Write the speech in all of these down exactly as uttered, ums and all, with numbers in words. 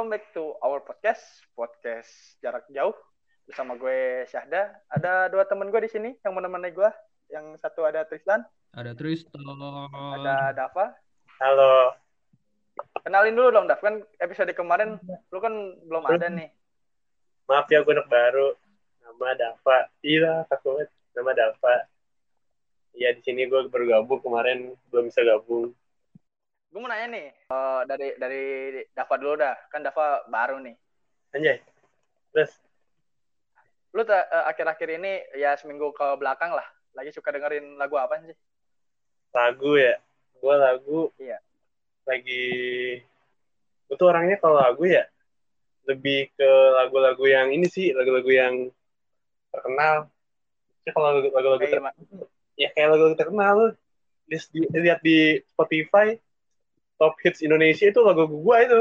welcome back to our podcast, podcast jarak jauh bersama gue Syahda. Ada dua teman gue di sini yang menemani gue. Yang satu ada Tristan, Ada Tristan, ada Dava. Halo. Kenalin dulu dong, Dav. Kan episode kemarin lu kan belum ada nih. Maaf ya, gue anak baru. Nama Dava. Iya, takut. Nama Dava. Iya, di sini gue baru gabung kemarin, belum bisa gabung. Gue mau nanya nih, uh, dari dari Dava dulu dah. Kan Dava baru nih. Anjay. Terus? Lu ta- uh, akhir-akhir ini ya seminggu ke belakang lah, lagi suka dengerin lagu apa sih? Lagu ya? Gue lagu Iya. lagi... Gue tuh orangnya kalau lagu ya, lebih ke lagu-lagu yang ini sih, lagu-lagu yang terkenal. Ya kalau lagu-lagu Kayak terkenal, ya kayak lagu-lagu terkenal lu. Di- Lihat di Spotify, Top Hits Indonesia itu lagu gue itu.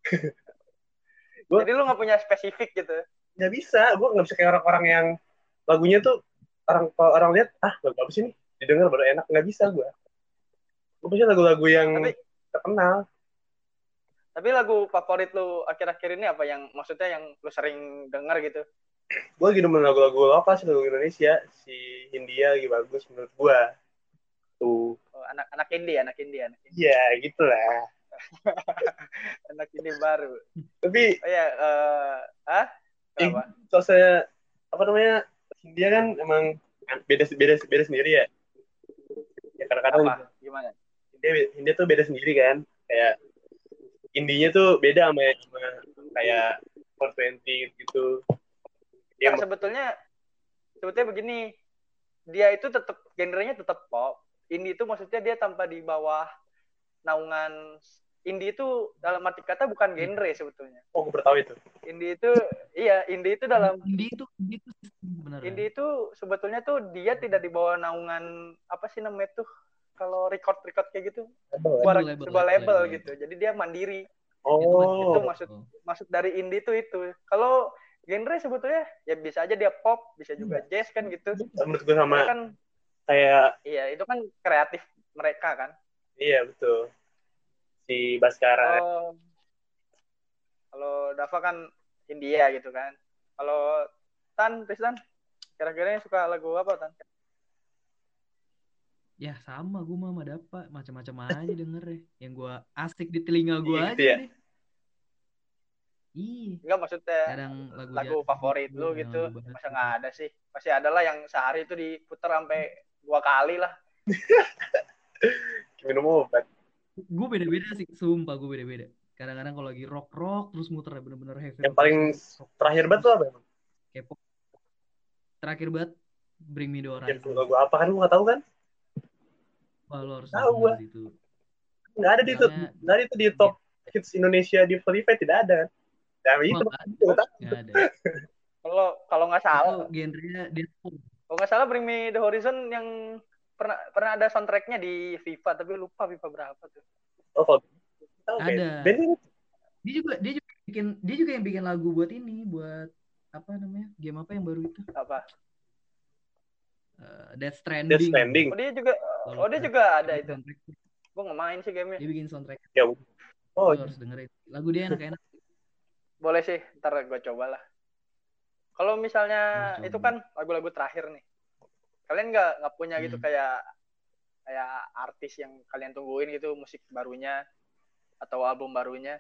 Gua, Jadi lu nggak punya spesifik gitu? Nggak bisa, gue nggak bisa kayak orang-orang yang lagunya tuh orang kalau orang lihat ah lagu apa sih nih didengar baru enak, nggak bisa gue. Gue punya lagu-lagu yang Tapi terkenal. tapi lagu favorit lu akhir-akhir ini apa yang maksudnya yang lu sering denger gitu? Gue lagi demen lagu-lagu lokal sih, lagu Indonesia. Si Hindia lagi bagus menurut gue. Tuh. Oh, anak anak indie, anak indie, anak indie. Ya gitulah. Anak indie baru. Tapi oh ya, uh, ah, eh, apa? soalnya apa namanya Hindia kan emang beda beda beda sendiri ya. Ya kadang-kadang Apa? Gimana? Hindia, Hindia tuh beda sendiri kan. Kayak indinya tuh beda sama, sama kayak four twenty gitu. Ya, sebetulnya sebetulnya begini, dia itu tetap genrenya tetap pop. Indie itu maksudnya dia tanpa di bawah naungan indie itu dalam arti kata bukan genre sebetulnya. Oh, gue bertahu itu. Indie itu iya, indie itu dalam indie itu indie itu benar. Indie itu sebetulnya tuh dia tidak di bawah naungan apa sih namanya tuh kalau record-record kayak gitu. Sebuah label, sebuah label, label gitu. Jadi dia mandiri. Oh. Itu, itu maksud maksud dari indie itu itu. Kalau genre sebetulnya ya bisa aja dia pop, bisa juga jazz kan gitu. Menurut gue sama kan kayak iya itu kan kreatif mereka kan. Iya betul. Si Baskara. Kalau kalau Dava kan India gitu kan. Kalau Tan, Tristan, kira-kira suka lagu apa Tan? Ya sama gue mah sama Dava, macam-macam aja denger ya. Yang gue asik di telinga gue iya, aja gitu ya? deh. Iya. Enggak maksudnya kadang lagu, lagu favorit lu gitu. Masa nggak ada sih? Pasti ada lah yang sehari itu diputar sampai dua kali lah. Minum obat. Gue beda-beda sih, sumpah gue beda-beda. Kadang-kadang kalau lagi rock-rock terus muter bener-bener heavy. Yang paling rock, terakhir banget tuh apa emang? K-pop. Terakhir banget Bring Me The Horizon. Ya, lagu apa kan lu nggak tahu kan? Wah, lo harus tahu gua. Itu. Nggak ada di itu, nggak ada itu di top hits Indonesia di Spotify, tidak ada. Nah, itu nggak ada. Kalau kalau nggak salah, genrenya dia. Kalau nggak salah Bring Me The Horizon yang pernah pernah ada soundtracknya di FIFA, tapi lupa FIFA berapa tuh. Oh, kalau ada. Ben, dia juga dia juga bikin dia juga yang bikin lagu buat ini, buat apa namanya? Game apa yang baru itu? Apa? Uh, Death Stranding. Death Stranding. Oh dia juga, oh, oh dia juga ada itu. Gue nggak main sih gamenya. Dia bikin soundtrack. Ya. Oh, harus dengerin. Lagu dia enak-enak. Boleh sih, ntar gue cobalah. Kalau misalnya oh, itu kan lagu-lagu terakhir nih, kalian nggak nggak punya hmm. gitu kayak kayak artis yang kalian tungguin gitu musik barunya atau album barunya?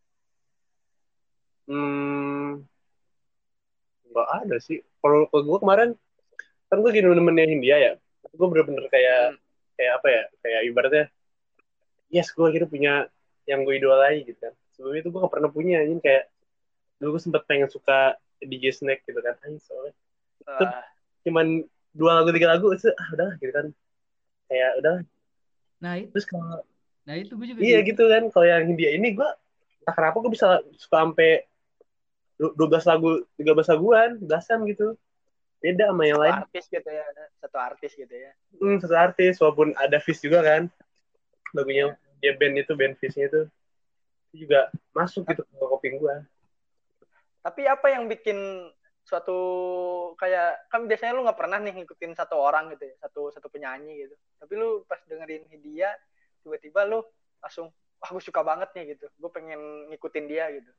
Hmm, nggak ada sih. Kalau gue kemarin kan gue gini nemennya Hindia ya, gue bener-bener kayak hmm. kayak apa ya, kayak ibaratnya yes gue akhirnya punya yang gue idolai gitu kan. Sebelumnya itu gue gak pernah punya, ini kayak dulu gue sempet pengen suka D J Snake gitu kan, ayo soalnya uh. Tuh, cuman dua lagu tiga lagu itu ah udahlah gitu kan, kayak udah. Nah itu terus kalau nah itu gue juga iya gitu, gitu kan. Kalau yang Hindia ini gue entah kenapa gue bisa suka sampai dua belas lagu, tiga belas laguan, belasan gitu. Beda sama yang satu lain. Artis gitu ya, satu artis gitu ya. Hmm, satu artis, walaupun ada Fish juga kan. Lagunya yeah. dia band itu, band Fish-nya itu. Itu juga masuk gitu ke kuping gue. Tapi apa yang bikin suatu kayak, kan biasanya lu nggak pernah nih ngikutin satu orang gitu ya, satu satu penyanyi gitu. Tapi lu pas dengerin Hindia, tiba-tiba lu langsung, wah gue suka banget nih gitu. Gue pengen ngikutin dia gitu.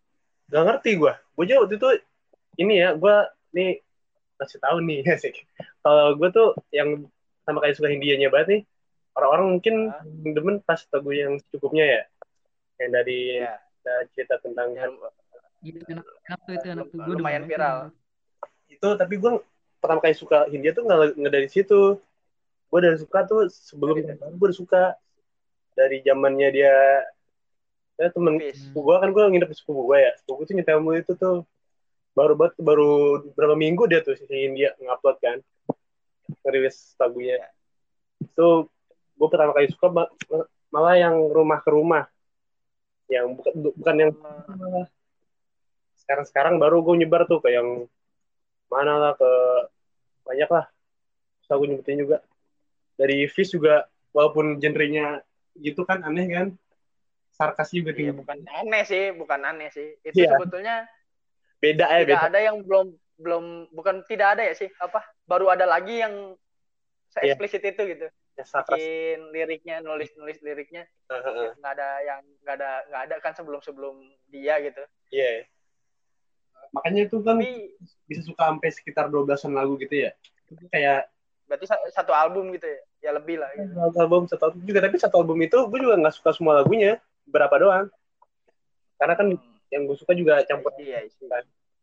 Gak ngerti gue. Gue juga waktu itu ini ya, gue nih kasih tahu nih sih. Kalau gue tuh yang sama kayak suka Hindianya banget nih. Orang-orang mungkin Ah, demen pas lagu yang secukupnya ya. Yang dari iya. uh, cerita tentang Ya, Itu enak, enak tuh itu enak lum- tuh. Gue demen lumayan banget tuh viral. denger. itu, tapi gue pertama kali suka Hindia tuh nggak nggak dari situ. Gue dari suka tuh sebelum Dari baru gue udah suka dari zamannya dia. Ya temen Fis. sepupu gue kan, gue nginep di sepupu gue ya. Sepupu tuh nyetel mu itu tuh baru banget baru berapa minggu dia tuh si Hindia ngupload kan, ngerilis lagunya. Ya. Itu gue pertama kali suka malah yang rumah ke rumah, yang bukan bukan yang Hmm. sekarang-sekarang baru gue nyebar tuh ke yang mana lah, ke banyak lah. Terus aku nyebutin juga dari Fish juga, walaupun genrenya gitu kan aneh kan, sarkas juga Iya, tinggi. bukan aneh sih, bukan aneh sih. Itu Iya, sebetulnya beda ya tidak beda. ada yang belum belum bukan tidak ada ya sih, apa? Baru ada lagi yang Iya, se-eksplisit itu gitu. ya sarkas. Bikin liriknya, nulis-nulis liriknya. Uh, uh, uh. Nggak ada yang nggak ada nggak ada kan sebelum-sebelum dia gitu. Iya. Yeah. Makanya itu kan Tapi bisa suka sampai sekitar dua belasan lagu gitu ya. Itu kayak berarti satu album gitu ya. Ya lebih lah gitu. satu album, satu album juga, tapi satu album itu gue juga nggak suka semua lagunya, berapa doang. Karena kan Hmm. yang gue suka juga campur. Iya, iya. Kan.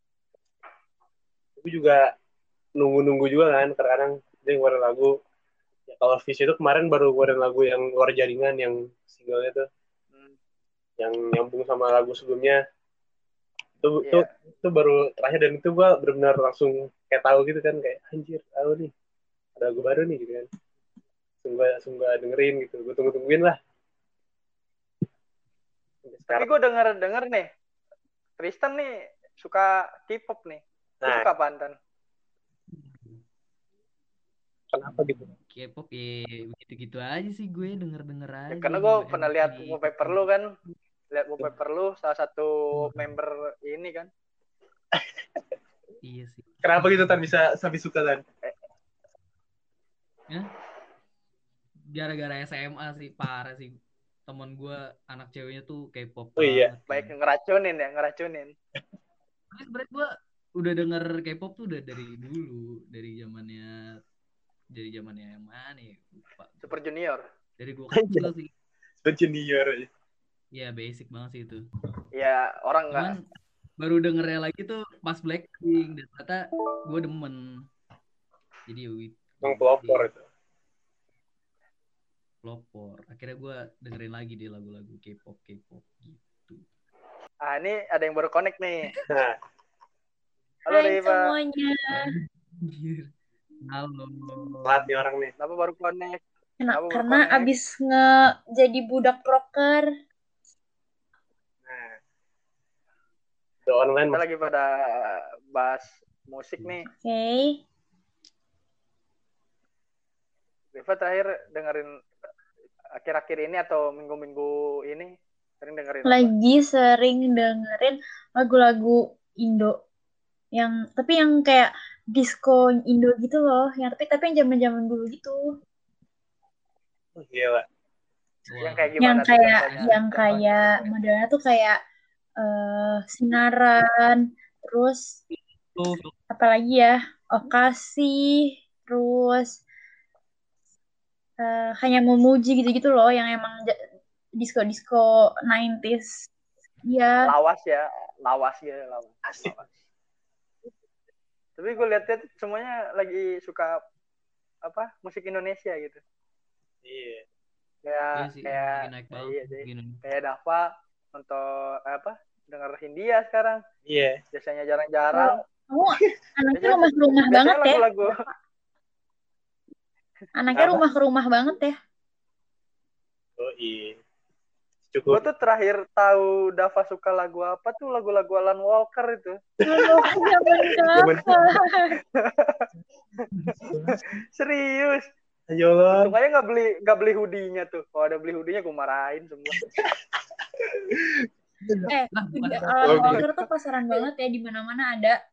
Gue juga nunggu-nunggu juga kan, kadang-kadang dia ngeluarin lagu. Ya, kalau Fish itu kemarin baru ngeluarin lagu yang luar jaringan, yang singlenya tuh, Hmm. yang nyambung sama lagu sebelumnya. Itu, itu, Iya. itu baru terakhir, dan itu gue benar-benar langsung kayak tahu gitu kan, kayak anjir, tahu nih, ada lagu baru nih gitu kan. Sungguh, sungguh dengerin gitu, gue tunggu-tungguin lah. Tapi gue denger denger nih, Tristan nih suka K-pop nih. Lu Nah, suka apaan, Tan? kenapa gitu? K-pop ya begitu-gitu aja sih, gue denger-denger Ya, aja. karena gue pernah Enak lihat sih. wallpaper lu kan, lihat wallpaper lu salah satu member ini kan. Iya sih. Kenapa gitu Tan bisa sampai suka Tan? Ya? Gara-gara S M A sih, parah sih. Temen gue anak ceweknya tuh K-pop Oh iya. banget. Baik Kan. ngeracunin ya, ngeracunin. Tapi sebenernya gue udah denger K-pop tuh udah dari dulu, dari zamannya dari zamannya yang mana ya, lupa. Super Junior. Dari gue kecil sih. Super Junior. Ya basic banget sih itu. Ya orang nggak. Cuman baru dengernya lagi tuh pas Blackpink, dan ternyata gue demen. Jadi Emang pelopor itu. Pelopor. Akhirnya gue dengerin lagi deh lagu-lagu K-pop K-pop gitu. Ah, ini ada yang baru connect nih. Nah. Halo Hai Riva. semuanya. Halo. Telat nih orang nih. Kenapa baru connect? Nah, Kenapa baru karena connect? abis nge jadi budak proker. Nah. Udah online. Kita lagi pada bahas musik nih. Oke. Okay. Riva terakhir dengerin akhir-akhir ini atau minggu-minggu ini sering dengerin apa? Lagi sering dengerin lagu-lagu Indo. Yang tapi yang kayak disco Indo gitu loh, yang tapi tapi yang zaman-zaman dulu gitu. Oh, gila. Yang kayak gimana? Yang tuh kayak contohnya? yang kayak modelnya tuh kayak uh, Sinaran, terus Oh. apalagi ya, Okasi, terus uh, hanya memuji gitu-gitu loh, yang emang disco-disco nineties. Iya. Lawas ya, lawas gitu, lawas. lawas. Tapi gue lihat-lihat semuanya lagi suka apa musik Indonesia gitu. Iya. Kayak iya sih, kayak naik banget, iya sih. gini. Kayak Dava nonton apa denger Hindia sekarang. Iya. Biasanya jarang-jarang. Kamu anaknya rumah-rumah banget ya. Lagu-lagu. Anaknya rumah ke rumah banget ya. Oh iya. Gue tuh terakhir tahu Dava suka lagu apa tuh lagu-lagu Alan Walker itu. Zaman kapan? Serius. Ayo lah. Untung aja nggak beli nggak beli hoodie-nya tuh. Kalau ada beli hoodie-nya gue marahin semua. eh, Alan Walker tuh pasaran banget ya, di mana-mana ada.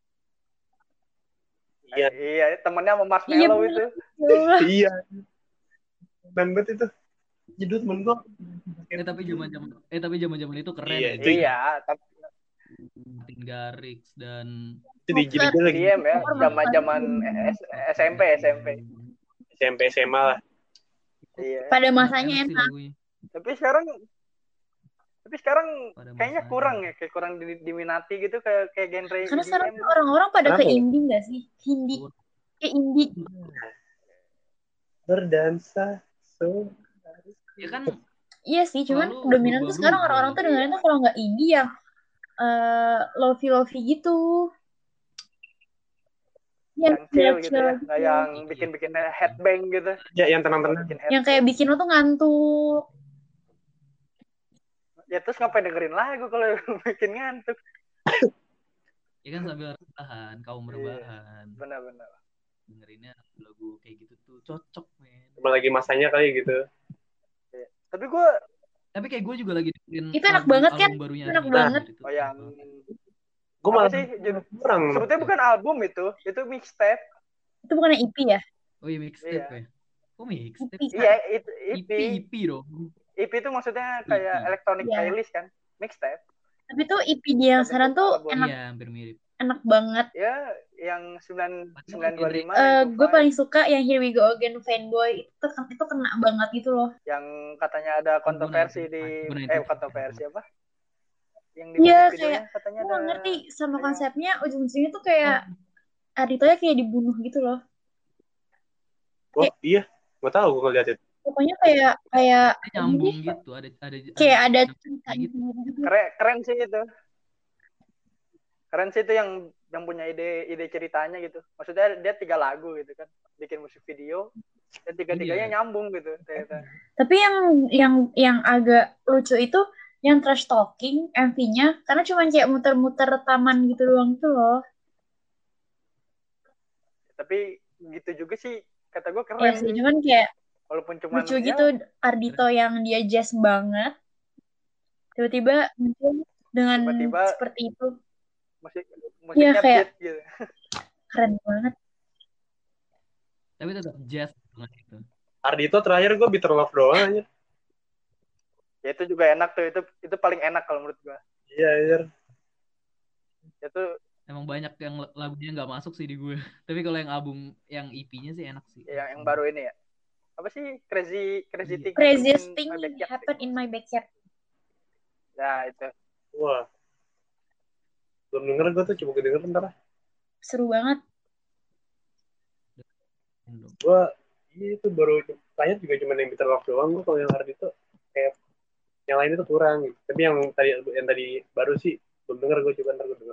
Iya. Iya, temennya sama Marshmallow iya, itu. Iya. Banget itu. Jadi temen gue. Eh tapi zaman-zaman eh tapi zaman-zaman itu keren iya, ya. Iya, tapi Martin Garrix dan Itu di jilid Popstar. lagi. D M ya, zaman-zaman S- SMP SMP. S M P S M A lah. Iya. Pada enak, masanya enak sih enak. lagunya. Tapi sekarang tapi sekarang Pada kayaknya masanya. kurang ya, kayak kurang di- diminati gitu kayak kayak genre Karena sekarang E D M. tuh orang-orang pada Kenapa ke ya? indie nggak sih? Hindi. Kurang. Kayak indie. Berdansa so Ya kan Iya sih, cuman selalu dominan tuh sekarang berubah-berubah. orang-orang tuh dengerin tuh kalau nggak indie yang eh lofi-lofi gitu. Yang Yang chill gitu chill ya, nggak gitu. yang bikin-bikin headbang gitu. ya yang tenang-tenang. Bikin Yang kayak headbang. bikin lo tuh ngantuk. Ya terus ngapain dengerin lagu kalau bikin ngantuk? Ya kan sambil rebahan, kaum Iya. rebahan. Benar-benar. Dengerinnya lagu kayak gitu tuh cocok, men. Cuma lagi masanya kali gitu. Tapi gue Tapi kayak gue juga lagi dengerin Itu enak lagu banget kan? album barunya Enak Adele, banget. gitu. oh yang Gue apa malah sih? Judul- kurang. sebetulnya bukan album itu, itu mixtape. Itu bukan E P ya? Oh iya mixtape Iya. ya. Kok mixtape? E P. Iya, itu E E P. P, E P dong. E P itu maksudnya kayak E P. electronic Iya. playlist kan, mixtape. Tapi tuh E P dia yang Yang sekarang bentuk tuh album. enak Iya, hampir mirip. enak banget. Ya, yang sembilan sembilan dua lima Eh gue paling suka yang Here We Go Again Fanboy. Itu itu kena banget gitu loh. yang katanya ada kontroversi Gue di nonton. eh kontroversi apa? Yang di Iya, musik videonya kayak katanya gue ada gak ngerti sama kayak- konsepnya ujung-ujungnya tuh kayak Ardito ya kayak dibunuh gitu loh. Oh iya, gue tahu gue ngeliat itu. Pokoknya kayak kayak Dia nyambung ini, gitu, ada ada kayak ada ada cerita gitu. gitu. keren keren sih itu. Keren sih itu yang yang punya ide ide ceritanya gitu. Maksudnya dia tiga lagu gitu kan, bikin musik video dan tiga-tiganya Iya. nyambung gitu ternyata. Tapi yang yang yang agak lucu itu yang trash talking M V-nya karena cuma kayak muter-muter taman gitu doang tuh loh. Tapi gitu juga sih kata gue keren Ya sih, sih. cuman kayak Walaupun cuman lucu ya, gitu Ardito yang dia jazz banget. Tiba-tiba muncul dengan Tiba-tiba seperti itu. musik musiknya Iya, kayak- beat gitu. Keren banget. Tapi tetap jazz banget itu. Ardito terakhir gue Bitter Love doang aja. Ya itu juga enak tuh, itu itu paling enak kalau menurut gue. Iya, iya. Itu Emang banyak yang lagunya nggak masuk sih di gue. Tapi kalau yang album yang E P-nya sih enak sih. yang yang baru ini ya. Apa sih crazy crazy Iya. thing Craziest happen in thing my backyard. happen in my backyard. Ya itu. Wah. Belum denger gue tuh, coba gue denger bentar lah. Seru banget. Gue itu baru terakhir juga cuma yang Bitter Love doang. Gue kalau yang Ardito kayak yang lain itu kurang gitu. Tapi yang tadi yang tadi baru sih belum denger, gue coba ntar gue denger.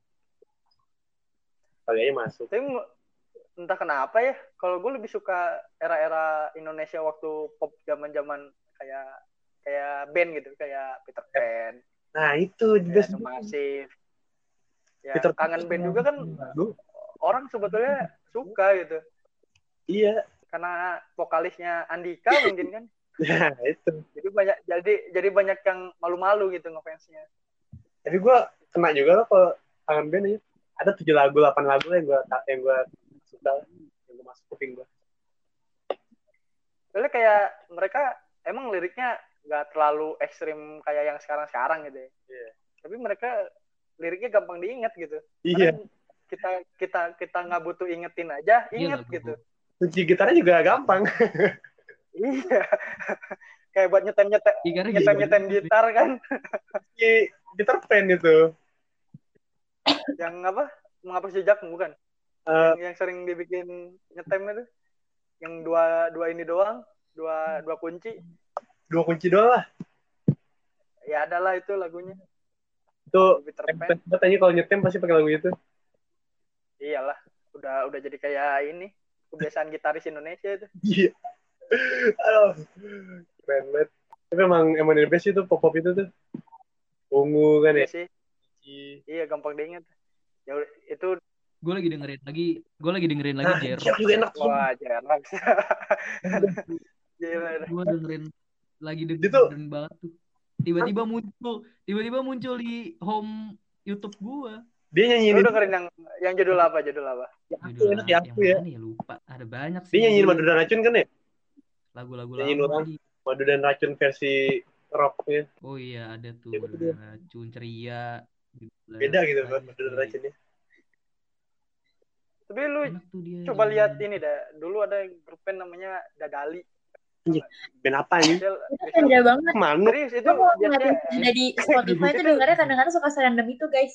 Kali aja masuk. Tapi entah kenapa ya, kalau gue lebih suka era-era Indonesia waktu pop zaman-zaman kayak kayak band gitu, kayak Peter Pan, Nah itu juga ya, Masif. Ya, Peter kangen band juga kan Aduh. orang sebetulnya suka gitu. Iya. Karena vokalisnya Andika mungkin kan. Nah itu. Jadi banyak jadi jadi banyak yang malu-malu gitu ngefansnya. Tapi gue kena juga loh kalau kangen band aja. Ada tujuh lagu, delapan lagu yang gue yang gue suka, yang gue masuk kuping gue. Soalnya kayak mereka emang liriknya nggak terlalu ekstrim kayak yang sekarang-sekarang gitu ya. Iya. Tapi mereka liriknya gampang diingat gitu. Iya. Karena kita kita kita nggak butuh ingetin aja, inget Iya, gitu. Kunci gitarnya juga gampang. Iya. Kayak buat nyetem-nyetem Iya, karena nyetem-nyetem gitu. gitar kan. Gitar pen itu. Yang apa? Menghapus jejak bukan? Uh, yang, yang sering dibikin nyetem itu. Yang dua dua ini doang, dua dua kunci. dua kunci doang lah. Ya adalah itu lagunya. Itu Peter Pan. katanya kalau nyetem pasti pakai lagu itu. Iyalah, udah udah jadi kayak ini kebiasaan gitaris Indonesia itu. Iya. Aduh. Keren banget. Tapi emang emang the best itu pop-pop itu tuh. Ungu kan Iya ya. sih. Iya, gampang diingat. Ya itu Gue lagi dengerin lagi, gue lagi dengerin lagi Nah, J-Rock. J-Rock juga enak. wah, jarang. Gila. Gue dengerin lagi Itu- dengerin banget tuh. Tiba-tiba muncul, tiba-tiba muncul di home YouTube gue. Dia nyanyiin Lu itu. dengerin yang yang judul apa? Judul apa? Ya, aku Judul enak ya yang aku ya. mana ya lupa. Ada banyak sih. Dia nyanyiin Madu dan Racun kan ya? Lagu-lagu nyanyiin lama orang. lagi. Madu dan Racun versi rocknya. Oh iya ada tuh Siapa tuh dia? Racun Ceria. Beda gitu kan Aja model sih. racunnya. Tapi lu Enak tuh dia. coba dia- lihat ini dah. Dulu ada grup band namanya Dadali. Tau Anjir, nggak? band apa ini? Biasanya, Itu biasanya beda banget. Manuk. serius itu Gue kalau biasanya ngeliatin ada di Spotify tuh itu dengarnya kadang-kadang suka serandom itu guys.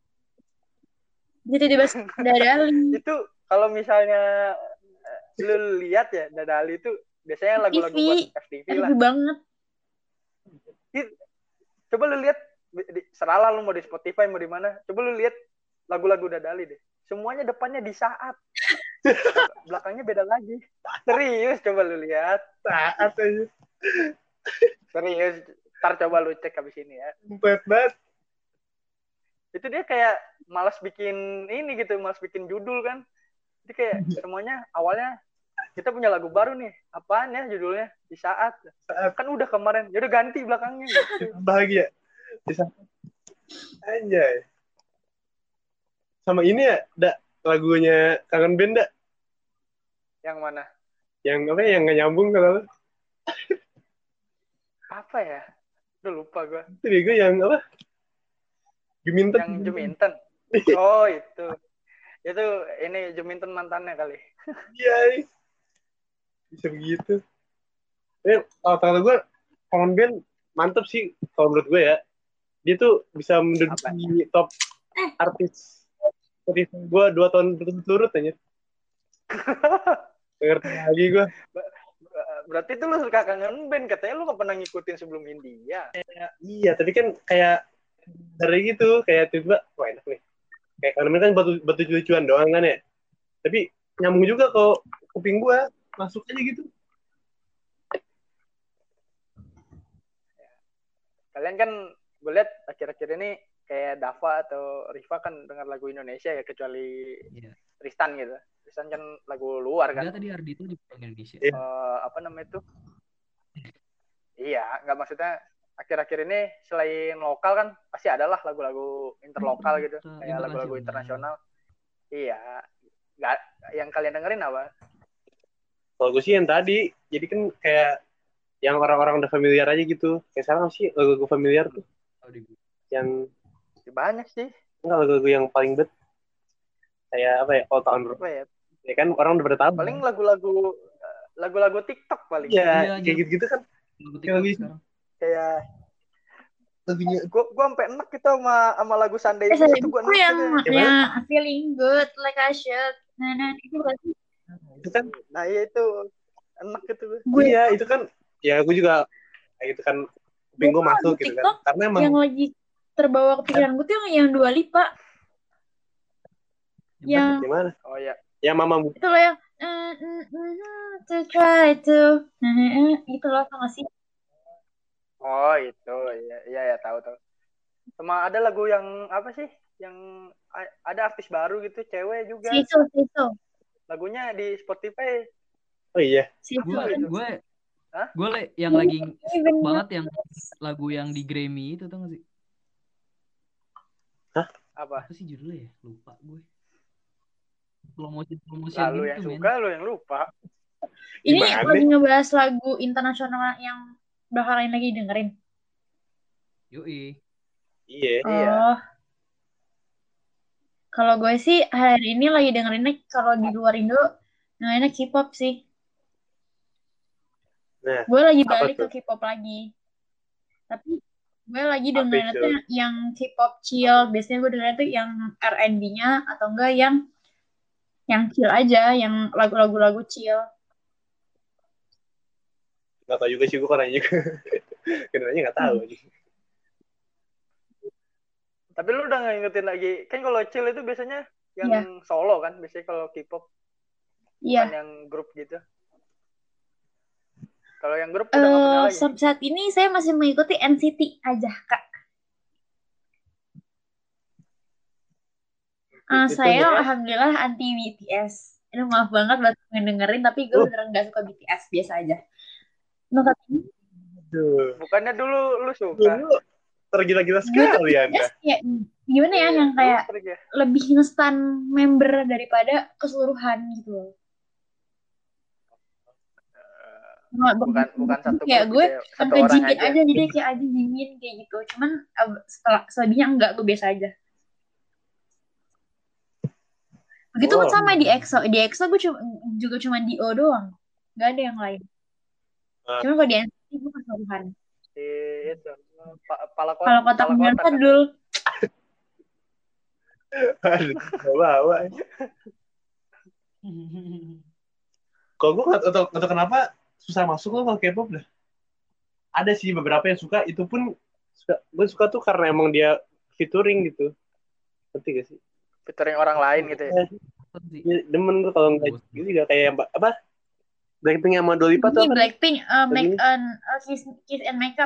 Jadi tiba dari Ali. itu kalau misalnya eh, lu lihat ya Dadali itu biasanya lagu-lagu T V. buat F T V lah. Happy banget. It- coba lu lihat di- di- seralah lu mau di Spotify mau di mana. Coba lu lihat lagu-lagu Dadali deh. Semuanya depannya di saat. Belakangnya beda lagi. Serius coba lu lihat. Saat aja. Serius. Ntar coba lu cek habis ini ya. Empet banget. Itu dia kayak malas bikin ini gitu, malas bikin judul kan. Jadi kayak semuanya awalnya kita punya lagu baru nih. Apaan ya judulnya? Di saat. Saat. Kan udah kemarin. Ya udah ganti belakangnya gitu. Bahagia. Bisa. Anjay. Sama ini ya, da, lagunya Kangen Band, da. Yang mana? Yang apa ya, yang nggak nyambung kalau Apa ya? Udah lupa gue. itu bego yang apa? Juminten. Yang Juminten. Oh itu. Itu ini Juminten mantannya kali. Iya. Bisa begitu. Eh, oh, kata gue, Kangen Band mantep sih kalau menurut gue ya. Dia tuh bisa menduduki top artis Spotify gue dua tahun berturut-turut aja. Ngerti lagi gue. Berarti tuh lu suka Kangen Band. Katanya lu gak pernah ngikutin sebelum India. Iya, tapi kan kayak dari gitu, kayak tiba, wah enak nih. Kayak Kangen Band kan batu, batu lucuan doang kan ya. Tapi nyambung juga kok kuping gue, masuk aja gitu. Kalian kan gue lihat akhir-akhir ini kayak Dava atau Riva kan dengar lagu Indonesia ya, kecuali Iya. Tristan gitu. Tristan kan lagu luar kan. Enggak, tadi Ardito di Indonesia. Iya. Uh, apa namanya itu? Iya, nggak maksudnya akhir-akhir ini selain lokal kan pasti adalah lagu-lagu interlokal gitu, kayak lagu-lagu internasional. Iya, nggak yang kalian dengerin apa? Kalau gue sih yang tadi, jadi kan kayak yang orang-orang udah familiar aja gitu. Kayak sekarang sih lagu-lagu familiar tuh. Yang banyak sih. Enggak, lagu-lagu yang paling bet. Kayak apa ya? All Town Road. Ya? Ya kan orang udah pada tahu. Paling kan? lagu-lagu lagu-lagu TikTok paling. Iya, kayak gitu-gitu kan. Lagu TikTok sekarang. Kayak lagunya gue gue sampai enak gitu sama sama lagu Sunday Eh, itu gue enak yang gitu. yang feeling good like I should. Nah, nah itu berarti. Itu kan. Nah, iya itu enak gitu. Gue iya, itu kan. Ya, gue juga kayak gitu kan. Kuping gue masuk gitu kan. Karena emang yang lagi terbawa kepikiran gue tuh yang yang Dua Lipa. Yang gimana? Oh ya. Yang Mama itu loh yang uh, uh, uh, to try to uh, uh, itu loh sama sih. Oh itu ya ya, ya tahu tahu. Sama ada lagu yang apa sih? Yang ada artis baru gitu, cewek juga. Siso Siso. Lagunya di Spotify. Oh iya. Gue gitu. gue Hah? gue le, yang lagi stuck banget yang lagu yang di Grammy itu, tau gak sih? Hah? Apa? Apa sih judulnya ya? Lupa gue. Promosi promosi Lalu yang suka, lu yang lupa. Ini Gimana? lagi ngebahas lagu internasional yang bakalan lagi dengerin. Yoi. Iya. Oh. Iya. Kalau gue sih hari ini lagi dengerinnya kalau di luar Indo dengerinnya K-pop sih. Nah, gue lagi apa balik tuh? ke K-pop lagi. Tapi gue lagi Apa dengerin itu? tuh yang K-pop chill. Biasanya gue dengerin tuh yang R and B-nya atau enggak yang yang chill aja, yang lagu-lagu chill. Gak tau juga sih, gue karena juga. Kenanya gak tahu. Hmm. Tapi lu udah gak ngikutin lagi. Kan kalau chill itu biasanya yang yeah. solo kan. Biasanya kalau K-pop. Iya. Bukan yang grup gitu. Kalau yang grup udah uh, gak pernah lagi. Saat ini saya masih mengikuti N C T aja, Kak. Uh, saya ya? Alhamdulillah anti B T S. Ini maaf banget buat dengerin, tapi gue oh. beneran gak suka B T S, biasa aja. Nah, tapi bukannya dulu lu suka? Dulu tergila-gila sekali ya, Anda. Ya, gimana ya, yang kayak ya. lebih ngestan member daripada keseluruhan gitu loh. Nggak, bukan bukan satu kayak grup gue gitu ya, satu sampai orang jimin aja. aja jadi kayak aja jimin kayak gitu. Cuman ab- setelah selebihnya enggak, gue biasa aja. Begitupun Oh. sama di EXO. Di EXO gue cuma, juga cuma di O doang. Gak ada yang lain. Ah. Cuma kalau di N C T gue keseluruhan. Di itu pa- pala Kalau kotak kotak pala merah kotak kan. dul. Aduh, bawa. Kalau gue nggak tahu, nggak tahu kenapa susah masuk loh kalau K-pop dah. Ada sih beberapa yang suka, itu pun suka, gue suka tuh karena emang dia featuring gitu. Ngerti gak sih? Featuring orang lain gitu ya. Ya, demen gue kalau nggak gitu juga kayak apa? apa? Blackpink sama Dua Lipa tuh Ini apa? Blackpink uh, make Begini. an uh, kiss, kiss and makeup.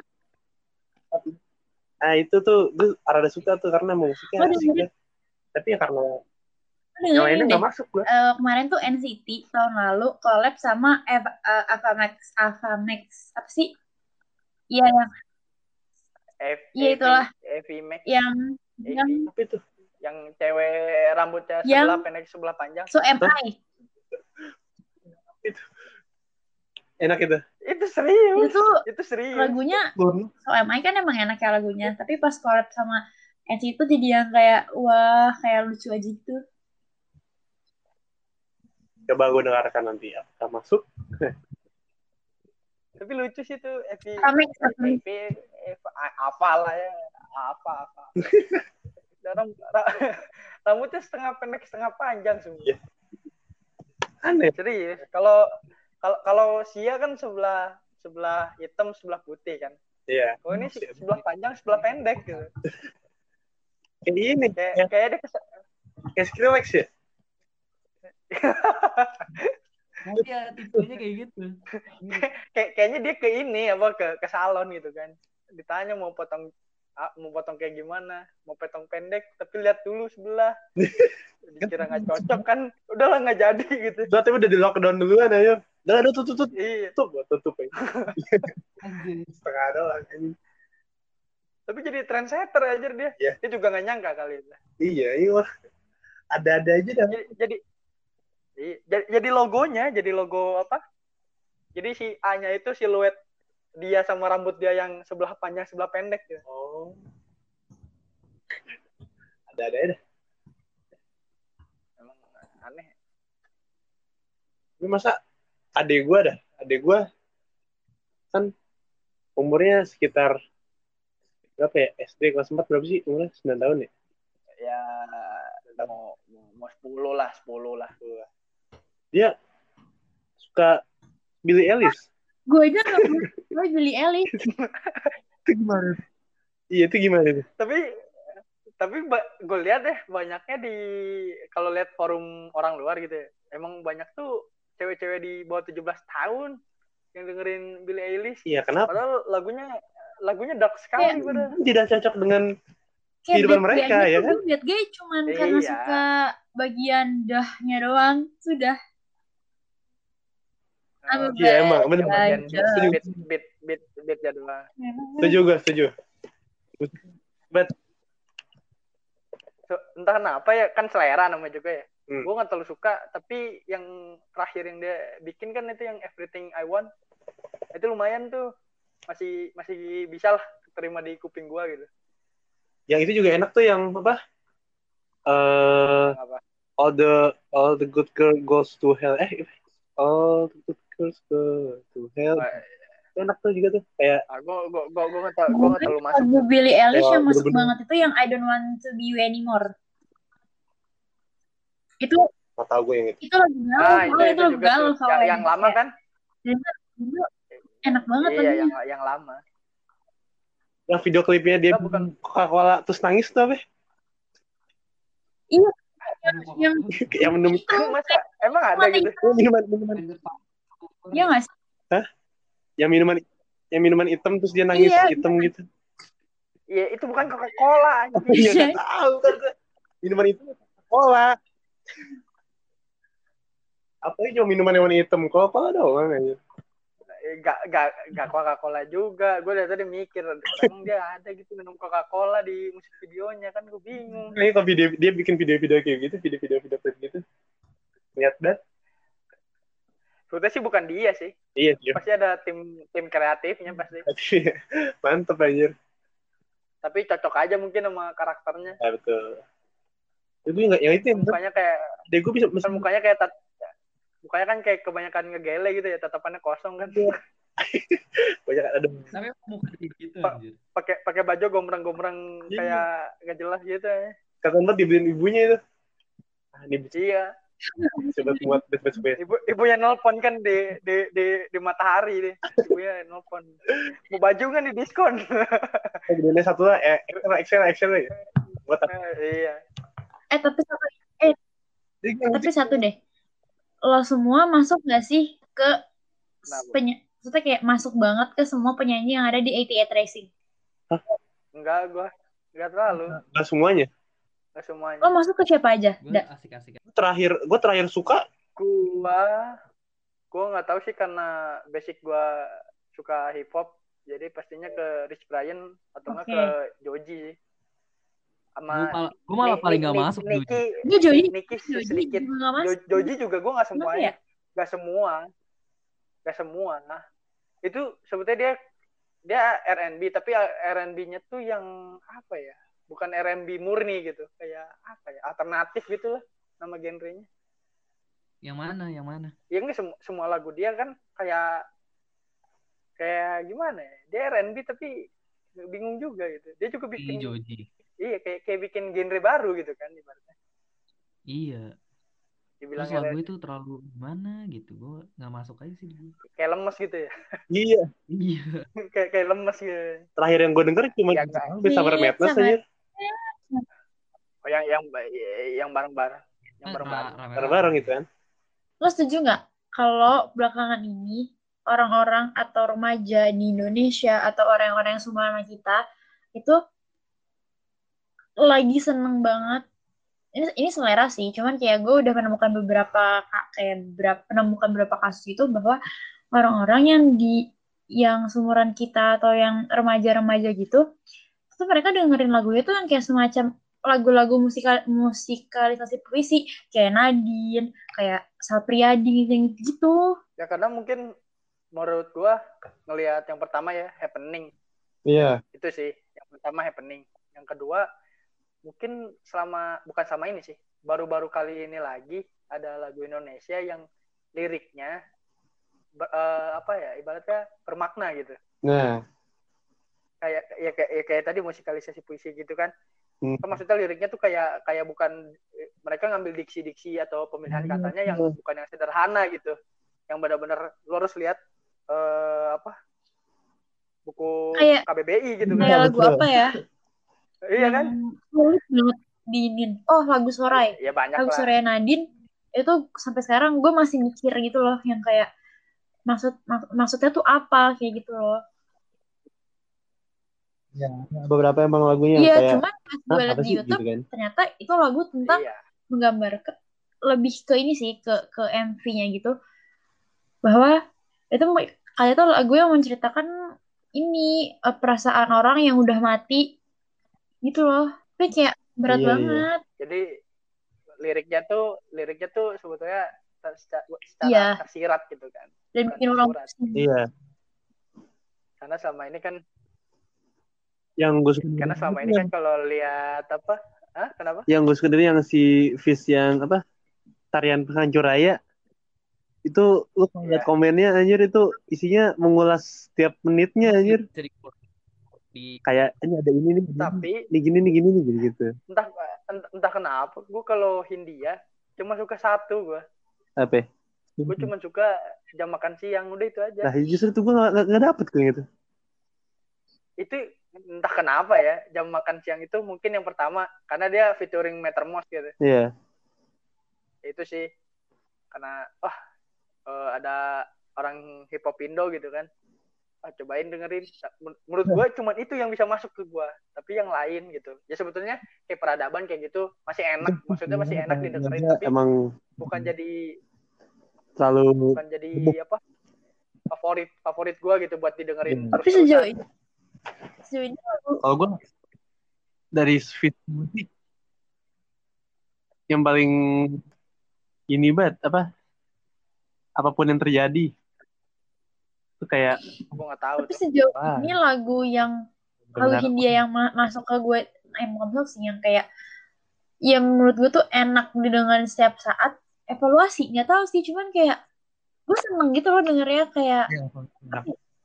Nah itu tuh gue rada suka tuh karena musiknya Lo asik dengerin, deh. Tapi ya karena lo yang lainnya dengerin deh. nggak masuk gue. Uh, kemarin tuh N C T tahun lalu collab sama Eva, uh, Avamax, Avamax apa sih? Iya yang, F, iya itulah Evi Max yang yang Evi. Apa itu? Yang cewek rambutnya Yang- sebelah pendek sebelah panjang. So M I. Itu enak itu. Itu serius. Itu tuh Itu serius. lagunya Belum. So M I kan emang enak ya lagunya, tapi pas collab sama N C T itu jadi yang kayak wah kayak lucu aja gitu. Coba gue dengarkan nanti ya. Kita masuk. Tapi lucu sih tuh Evi. Avamax, Avamax. Evi, Evi apa lah ya. Apa apa. Ram, ra- rambutnya setengah pendek setengah panjang semua. Iya. Aneh. Serius. Kalau kalau kalau Sia kan sebelah sebelah hitam sebelah putih kan. Iya. Oh ini se- sebelah panjang sebelah pendek gitu. Kayak ini. Kayak Kayak, kayak dia kes- kayak Skrillex ya. Iya, tipenya kayak gitu. kayak kayaknya dia ke ini apa ke ke salon gitu kan. Ditanya mau potong ah, mau potong kayak gimana, mau potong pendek, tapi lihat dulu sebelah. Dikira nggak cocok kan, udahlah nggak jadi gitu. Udah, tapi udah di lockdown duluan ayo. Udah, udah tutup tutup Iya. tutup tutup aja. Anjir. Setengah doang. Ini. Tapi jadi trendsetter aja dia. Iya. Dia juga nggak nyangka kali itu. Iya, iya. Ada-ada aja dah. Jadi jadi iya, jadi, jadi logonya, jadi logo apa? Jadi si A-nya itu siluet dia sama rambut dia yang sebelah panjang sebelah pendek gitu. Oh. Ada-ada aja dah. Emang aneh. Ini masa adek gue dah, adek gue kan umurnya sekitar berapa ya? S D kelas empat berapa sih? Umurnya sembilan tahun ya? Ya mau mau sepuluh lah, sepuluh lah. Dia suka Billie Eilish. Gue aja nggak gue Billie Eilish. Itu gimana? Iya, itu gimana tuh? Tapi tapi gue lihat deh banyaknya di kalau lihat forum orang luar gitu ya. Emang banyak tuh cewek-cewek di bawah tujuh belas tahun yang dengerin Billie Eilish. Iya, kenapa? Padahal lagunya lagunya dark sekali padahal. Tidak cocok dengan Kayak kehidupan bad mereka guy-nya ya tuh kan? gue bad guy cuman karena Iya. suka bagian dahnya doang, sudah. I'm a Iya, emang, bad bener. guy, Bagian just. beat beat beat beat jadwal. Setuju gue, setuju. But So, entah kenapa ya kan selera namanya juga ya. Hmm. Gue nggak terlalu suka, tapi yang terakhir yang dia bikin kan itu yang Everything I Want, itu lumayan tuh, masih masih bisa lah terima di kuping gue gitu. yang itu juga enak tuh yang apa? Uh, Apa? all the all the good girl goes to hell. Eh, all the good girls go to hell. Oh, Itu enak tuh juga tuh kayak. ah, gue gue gue gue nggak terlalu gue nggak terlalu masuk. Lagu Billie Eilish Ya, yang masuk bener-bener. banget itu yang I Don't Want to Be You Anymore. Itu Nggak tahu gue yang itu. itu lagu galau, Ah oh, itu itu itu lagu juga galau tuh. kalau Yang, lagi yang lama kayak- kan? itu enak banget Iya lagunya. yang yang lama. Yang video klipnya dia Enggak, bukan. Coca-Cola terus nangis tuh apa? Iya, yang Yang minum itu Masa emang ada warna gitu? hitam. minuman minuman Iya nggak sih? yang minuman yang minuman hitam terus dia nangis Iya. hitam gitu. Iya itu bukan Coca-Cola. anjing. Iya, Iya. nggak tahu kan gue. Minuman itu Coca-Cola. Apa aja cuma minuman yang warna hitam, Coca-Cola doang aja. Eh, Gak gak gak Coca-Cola juga. Gue dari tadi mikir emang dia ada gitu minum Coca-Cola di musik videonya kan gue bingung. Ini kalau video dia bikin video-video kayak gitu, video-video video klip gitu. Lihat dah. Sebetulnya sih bukan dia sih. Iya sih. Pasti ada tim tim kreatifnya pasti. Mantep anjir. Tapi cocok aja mungkin sama karakternya. Ya betul. Itu enggak yang itu yang mukanya kayak deh gue bisa kan mukanya kayak tat, mukanya kan kayak kebanyakan ngegele gitu ya, tatapannya kosong kan. Banyak ada. Tapi muka gitu Pa- anjir. Pakai pakai baju gombrang-gombrang Iya. kayak nggak jelas gitu ya. Kata banget dibeliin ibunya itu. Ah, ini bisa Iya. coba buat best best. Ibu ibunya nelpon kan di di di di matahari deh. Ibunya nelpon. Mau baju kan di diskon. Kemudian satu lah, eh, Excel Excel ya. Buat apa? Iya. Eh tapi satu, eh tapi satu deh. Lo semua masuk nggak sih ke penyanyi? Maksudnya kayak masuk banget ke semua penyanyi yang ada di delapan puluh delapan Racing? Hah? Enggak, gue enggak terlalu. Enggak semuanya. Enggak semuanya. Lo masuk ke siapa aja? Gue asik-asik. Terakhir, gue terakhir suka. Gua, gua nggak tahu sih karena basic gua suka hip hop, jadi pastinya ke Rich Brian atau enggak Oke. ke Joji sih. Sama Gue malah Ni- paling Ni- gak Ni- masuk Joji. Niki, Gue Joji, Niki Joji sedikit. juga nggak masuk. Jo- Joji juga gua nggak Kenapa semuanya, ya? nggak semua, nggak semua. Nah, itu sebetulnya dia dia R and B, tapi R and B-nya tuh yang apa ya? Bukan R and B murni gitu, kayak apa ya? Alternatif gitu lah nama genrenya. Yang mana? Yang mana? Ya enggak semua, semua lagu dia kan kayak kayak gimana ya? Dia R and B tapi bingung juga gitu. Dia juga bikin Joji. Iya, kayak kayak bikin genre baru gitu kan ibaratnya. Iya. Dibilang Terus lagu R and B, itu terlalu gimana gitu. Gue gak masuk aja sih. kayak lemes gitu ya. Iya. Iya. kayak kayak lemes gitu. Terakhir yang gue denger cuma Ya, enggak. Bis Summer Iya, Madness sama. aja. Oh, yang yang yang bareng-bareng, yang Kan bareng-bareng. ra- rame-rame. Bareng-bareng gitu kan. Lo setuju nggak kalau belakangan ini orang-orang atau remaja di Indonesia atau orang-orang yang seumuran kita itu lagi seneng banget? Ini, ini selera sih, cuman kayak gue udah menemukan beberapa kayak beberapa menemukan beberapa kasus itu bahwa orang-orang yang di yang seumuran kita atau yang remaja-remaja gitu, itu mereka dengerin lagu itu yang kayak semacam lagu-lagu musikal musikalisasi puisi kayak Nadine, kayak Sapriadi gitu. Ya karena mungkin menurut gua ngelihat yang pertama ya Happening. Iya. Itu sih, yang pertama Happening. Yang kedua mungkin selama bukan sama ini sih. Baru-baru kali ini lagi ada lagu Indonesia yang liriknya uh, apa ya ibaratnya bermakna gitu. Nah. Kayak ya kayak, ya, kayak tadi musikalisasi puisi gitu kan. Hmm. Kan maksudnya liriknya tuh kayak kayak bukan mereka ngambil diksi-diksi atau pemilihan katanya yang bukan yang sederhana gitu. Yang benar-benar lo harus lihat uh, apa buku kayak, K B B I gitu kayak kan. Lagu apa ya? Iya kan? Sulit banget diinin. Oh, lagu Sorai. Ya banyak lagu lah. Sorai Nadine itu sampai sekarang gue masih mikir gitu loh, yang kayak maksud mak- maksudnya tuh apa kayak gitu loh. Ya, beberapa emang lagunya Iya, kayak cuman pas gue liat di YouTube gitu kan? ternyata itu lagu tentang Iya. menggambarkan lebih ke ini sih, ke ke M V-nya gitu, bahwa itu kayak itu lagu yang menceritakan ini uh, perasaan orang yang udah mati gitu loh. Tapi kayak berat Iya, banget. Iya. Jadi liriknya tuh liriknya tuh sebetulnya secara, secara Iya. tersirat gitu kan. Dan Bukan bikin orang tersurat. pusing. Iya. Karena selama ini kan Yang gue suka karena selama ini kan kalau lihat apa? Hah? Kenapa? Yang gue suka dari yang si Fis yang apa? Tarian Penghancur Raya. Itu lu kalau lihat Iya. komennya anjir itu isinya mengulas setiap menitnya anjir. Di... Kayak ini ada ini nih. Tapi ini gini nih gini nih gitu. Entah entah kenapa gue kalau Hindia cuma suka satu gue. Apa? Gue cuma suka jam makan siang, udah itu aja. Nah justru tuh gue gak, gak dapet kayak gitu. Itu entah kenapa ya, jam makan siang itu mungkin yang pertama karena dia featuring Metermos gitu. Iya. Itu sih karena wah uh, ada orang hip hop Indo gitu kan. Ah, cobain dengerin. Menurut gue cuma itu yang bisa masuk ke gue. Tapi yang lain gitu. Ya sebetulnya kayak peradaban kayak gitu masih enak. Maksudnya masih enak didengerin. Ya, tapi emang bukan jadi terlalu bukan jadi apa favorit favorit gue gitu buat didengerin. Tapi sejauh ini sejauh ini kalau gue dari Sweet Musik yang paling ini banget apa apapun yang terjadi. Itu kayak gue nggak tahu Tapi tuh. sejauh wah, ini lagu yang lagu benar. Hindia yang ma- masuk ke gue, eh bukan masuk sih, yang kayak ya menurut gue tuh enak didengarin setiap saat. Evaluasi nggak tahu sih, cuman kayak gue seneng gitu loh dengernya, kayak Enak.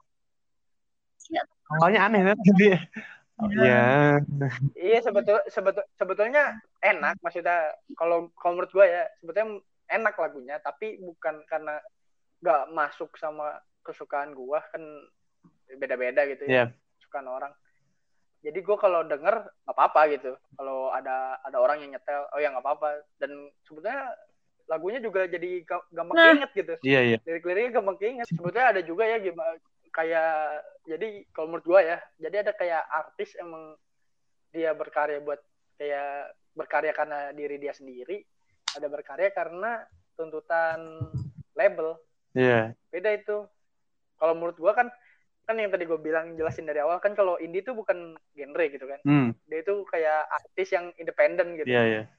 nggak Awalnya aneh kan dia. Oh, tahu. iya. Iya sebetul sebetul sebetulnya enak, maksudnya kalau kalau menurut gue ya sebetulnya enak lagunya, tapi bukan karena nggak masuk sama kesukaan gue, kan beda-beda gitu ya Iya. kesukaan orang. Jadi gue kalau denger nggak apa-apa gitu, kalau ada ada orang yang nyetel, oh ya nggak apa-apa. Dan sebetulnya lagunya juga jadi ga- gampang Nah. keinget gitu, Iya, iya. lirik-liriknya gampang keinget. Sebetulnya ada juga ya gimana kayak, jadi kalau menurut gue ya, jadi ada kayak artis emang dia berkarya buat kayak berkarya karena diri dia sendiri, ada berkarya karena tuntutan label. Iya. Beda itu. Kalau menurut gua kan kan yang tadi gue bilang jelasin dari awal kan, kalau indie itu bukan genre gitu kan. Hmm. Dia itu kayak artis yang independen gitu. Iya, iya.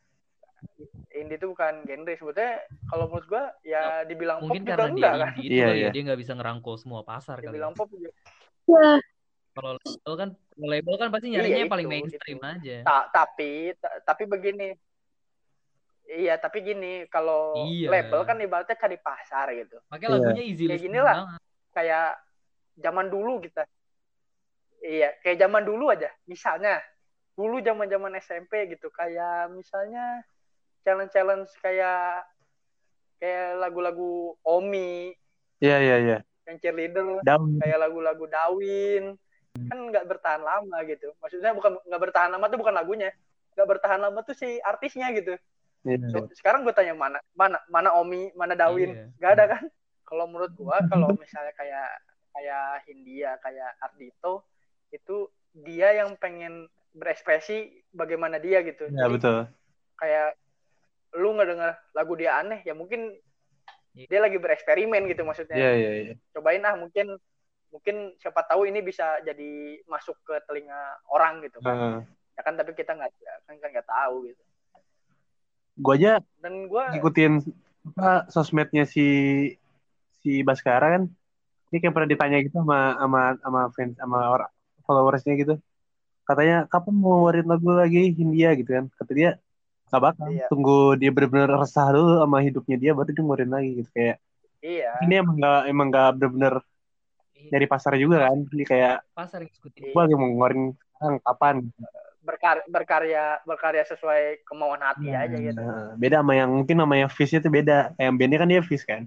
Indie itu bukan genre sebetulnya. Kalau menurut gua ya dibilang pop Mungkin juga karena dia enggak kan. indie itu Iya, kali iya. ya, dia nggak bisa ngerangkul semua pasar kali ya. Dibilang pop juga. Ya, Kalau label kan, kalau label kan pasti Iya nyarinya yang itu, paling mainstream itu. aja. Ta- tapi ta- tapi begini. Iya, tapi gini, kalau Iya. label kan ibaratnya cari pasar gitu. Makanya Iya. lagunya easy Kayak listening gini lah. banget. Kayak zaman dulu kita. Iya, kayak zaman dulu aja. Misalnya, dulu zaman-zaman S M P gitu, kayak misalnya challenge-challenge kayak kayak lagu-lagu Omi, Iya, iya, iya. yang cheerleader, Down. kayak lagu-lagu Dawin, kan nggak bertahan lama gitu. Maksudnya bukan nggak bertahan lama tuh bukan lagunya, nggak bertahan lama tuh si artisnya gitu. Iya. So, sekarang gue tanya mana mana mana Omi, mana Dawin, Iya. nggak ada kan? Kalau menurut gue, kalau misalnya kayak kayak Hindia, kayak Ardhito, itu dia yang pengen berekspresi bagaimana dia gitu. Iya, Jadi betul. kayak lu nggak dengar lagu dia aneh, ya mungkin Iya. dia lagi bereksperimen gitu maksudnya. Iya, iya, iya. Cobain ah, mungkin mungkin siapa tahu ini bisa jadi masuk ke telinga orang gitu kan. Heeh. Ya kan, tapi kita nggak kan kan nggak tahu gitu. Gue aja Dan gue ngikutin apa sosmednya si si Baskara kan. Ini kayak pernah ditanya gitu sama sama sama fans sama orang followersnya gitu. Katanya kapan mau ngeluarin lagu lagi Hindia gitu kan. Kata dia nggak bakal. Iya. Tunggu dia benar-benar resah dulu sama hidupnya dia baru dia ngeluarin lagi gitu kayak. iya Ini emang nggak emang nggak benar-benar Iya. dari pasar juga kan. Jadi kayak Pasar yang ikutin. iya. gue lagi mau ngeluarin sekarang kapan. Berkarya, berkarya berkarya sesuai kemauan hati Nah, aja gitu. beda sama yang mungkin sama yang Fish itu beda. Kayak yang bandnya kan dia Fish kan.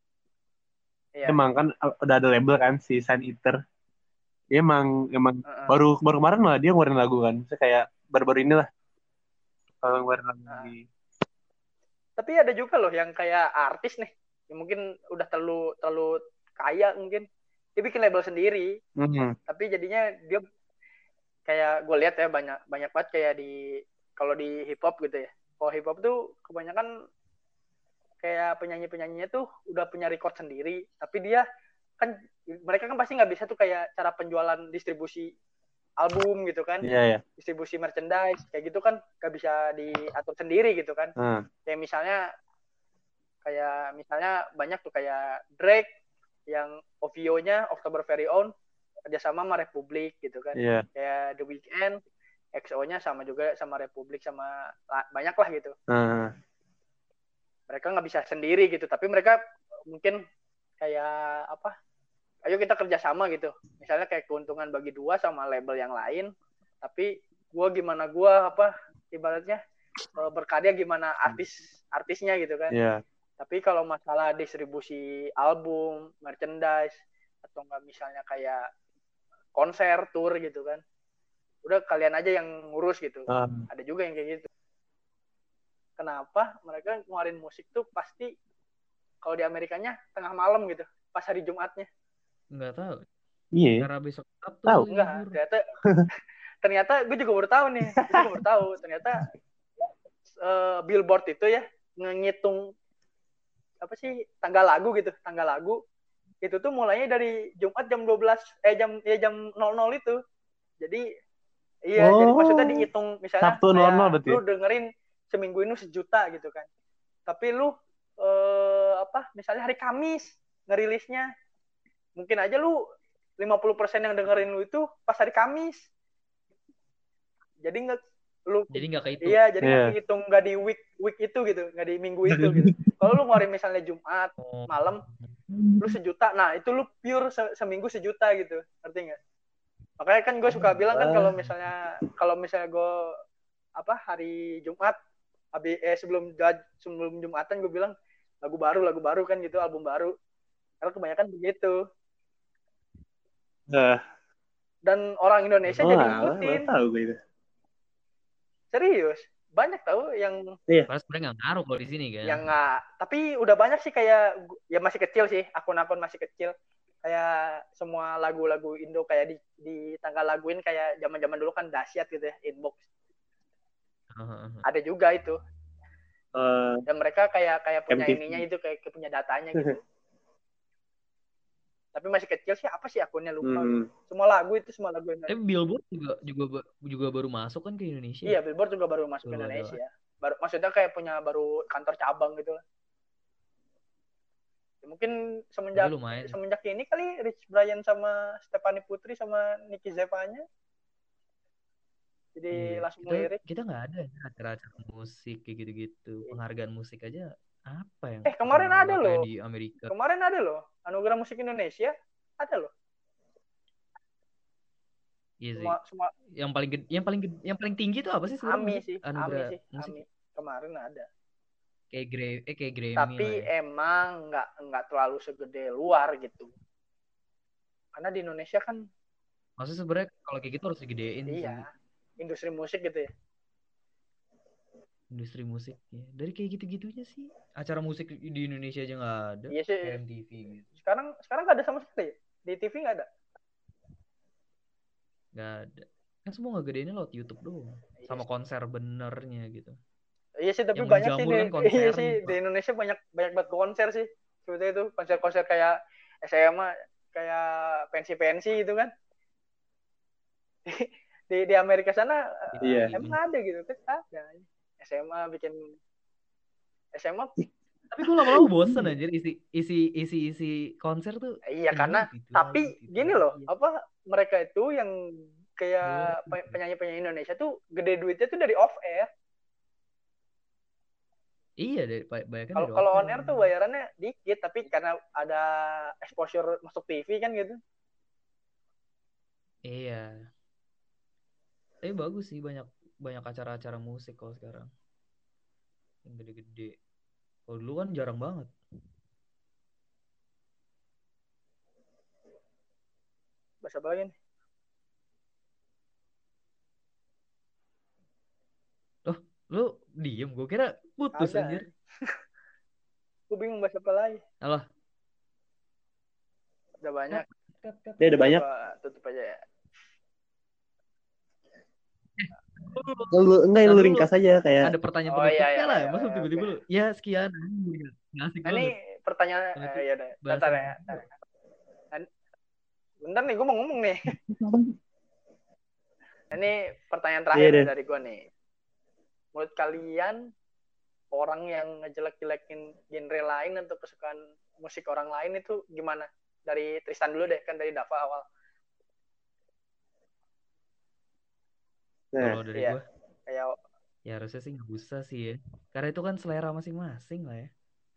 Iya. Emang kan udah ada label kan si Sun Eater. Dia emang emang Uh-uh. baru baru kemarin lah dia ngeluarin lagu kan. Saya kayak baru-baru inilah kalau ngeluarin lagu Nah. lagi. Tapi ada juga loh yang kayak artis nih, yang mungkin udah terlalu terlalu kaya mungkin, dia bikin label sendiri. Hmm. Tapi jadinya dia kayak gue lihat ya banyak banyak banget kayak di kalau di hip hop gitu ya. Kalau hip hop tuh kebanyakan kayak penyanyi-penyanyinya tuh udah punya record sendiri, tapi dia kan mereka kan pasti nggak bisa tuh kayak cara penjualan distribusi album gitu kan. Iya ya. Distribusi merchandise kayak gitu kan nggak bisa diatur sendiri gitu kan. Hmm. Kayak misalnya kayak misalnya banyak tuh kayak Drake yang O V O-nya October Very Own kerjasama sama Republik gitu kan. Iya. Kayak The Weeknd X O-nya sama juga sama Republik, sama banyak lah gitu. Hmm. Mereka nggak bisa sendiri gitu, tapi mereka mungkin kayak apa? Ayo kita kerjasama gitu. Misalnya kayak keuntungan bagi dua sama label yang lain, tapi gue gimana gue apa ibaratnya berkarya gimana artis artisnya gitu kan. Iya. Tapi kalau masalah distribusi album, merchandise, atau nggak misalnya kayak konser, tour gitu kan, udah kalian aja yang ngurus gitu. Hmm. Ada juga yang kayak gitu. Kenapa mereka ngeluarin musik tuh pasti kalau di Amerikanya tengah malam gitu, pas hari Jumatnya? Nggak tahu. Iya. Karena besok Sabtu Tahu. Enggak, ternyata ternyata gue juga baru tahu nih. Gue juga baru tahu ternyata uh, Billboard itu ya ngitung apa sih tanggal lagu gitu, tanggal lagu itu tuh mulainya dari Jumat jam dua belas eh jam ya jam nol nol itu. Jadi iya, Oh, jadi maksudnya dihitung misalnya Sabtu nol nol kayak berarti. lu dengerin seminggu ini sejuta gitu kan. Tapi lu eh, apa apa misalnya hari Kamis ngerilisnya, mungkin aja lu lima puluh persen yang dengerin lu itu pas hari Kamis, jadi nggak lu Jadi nggak kehitung. iya jadi nggak Iya. kehitung, nggak di week week itu gitu, nggak di minggu itu gitu. Kalau lu ngeluarin misalnya Jumat Oh. malam lu sejuta, nah itu lu pure se- seminggu sejuta gitu, ngerti nggak? Makanya kan gue suka bilang kan kalau misalnya kalau misalnya gue apa hari Jumat habis eh sebelum sebelum Jumatan gue bilang lagu baru lagu baru kan gitu, album baru, karena kebanyakan begitu. Nah, Dan orang Indonesia oh, jadi alah, ngikutin. baru tahu gue itu. Serius, banyak tahu yang Padahal sebenarnya nggak ngaruh kalau di sini kan. yang nggak, tapi udah banyak sih kayak ya masih kecil sih, akun-akun masih kecil. Kayak semua lagu-lagu Indo kayak di di tanggal laguin kayak zaman-zaman dulu kan dahsyat gitu ya, inbox. Ada juga itu. Uh, Dan mereka kayak kayak punya M T V. ininya itu kayak, kayak punya datanya gitu. Tapi masih kecil sih, apa sih akunnya lupa. Hmm. Semua lagu itu semua lagu Indonesia. Tapi Billboard juga juga juga baru masuk kan ke Indonesia. Iya, Billboard juga baru masuk ke Baru ada Indonesia. Baru maksudnya kayak punya baru kantor cabang gitu lah. Ya, mungkin semenjak Tapi lumayan. semenjak ini kali Rich Brian sama Stephanie Putri sama Nicky Zevanya. Jadi Iya, langsung kita lirik. kita nggak ada acara-acara musik kayak gitu-gitu. Penghargaan musik aja apa yang Eh, kemarin apa ada yang loh. di Amerika. Kemarin ada loh. Anugerah Musik Indonesia ada loh. Iya sih. Semua semua Yang paling gede, yang paling gede, yang paling tinggi itu apa sih sebenarnya? AMI musik? sih, AMI Anugerah sih, musik. AMI. Kemarin ada. Kayak Grammy, eh kayak Grammy Tapi lah ya. emang nggak nggak terlalu segede luar gitu. Karena di Indonesia kan Maksudnya sebenarnya kalau kayak gitu harus digedein iya, sih. industri musik gitu ya. Industri musik ya. Dari kayak gitu-gitunya sih. Acara musik di Indonesia aja nggak ada. Iya sih. Kayak M T V gitu. Sekarang sekarang nggak ada sama sekali. Di T V nggak ada. Nggak ada. Kan semua nggak gedeinnya lewat YouTube doang. Iya Sama sih. konser benernya gitu. Iya sih, tapi Yang banyak sih menjamur di, kan konser iya sih nih, di Pak. Indonesia banyak banyak banget konser sih. Seperti itu konser-konser kayak S M A, kayak pensi-pensi gitu kan. di di Amerika sana Iya. emang ada gitu kan, ada. S M A bikin S M A. Tapi gue lama-lama bosen aja isi isi isi isi konser tuh. Iya karena gitu tapi aja, gitu gini aja. loh, apa mereka itu yang kayak Bosen. penyanyi-penyanyi Indonesia tuh gede duitnya tuh dari off air. Iya deh, banyak kan. Kalau kalau on air tuh bayarannya dikit, tapi karena ada exposure masuk T V kan gitu. Iya. Tapi bagus sih, banyak banyak acara-acara musik kalau sekarang yang gede-gede. Kalau dulu kan jarang banget. Bahasa apa lagi nih? Loh, lu diem? Gue kira putus Agak. anjir. Gue bingung bahasa apa lagi. Alah. Udah banyak. Cut, cut, cut. Dia udah banyak. Coba tutup aja ya. Lu enggak lu ringkas aja kayak. Ada pertanyaan Oh, penutup iya, ya iya, lah. iya, Masa iya, tiba-tiba oke. lu ya sekian. Asik Nah, ini banget. pertanyaan Penutup eh, ya udah. bahasa. Bentar ya. Bentar nih, gue mau ngomong nih. Ini pertanyaan terakhir Iya, nih dari gue nih. Menurut kalian orang yang ngejelek-jelekin genre lain atau kesukaan musik orang lain itu gimana? Dari Tristan dulu deh, kan dari Dava awal. Nah, Kalau dari iya. gue, Kayak ya harusnya sih nggak usah sih ya. Karena itu kan selera masing-masing lah ya.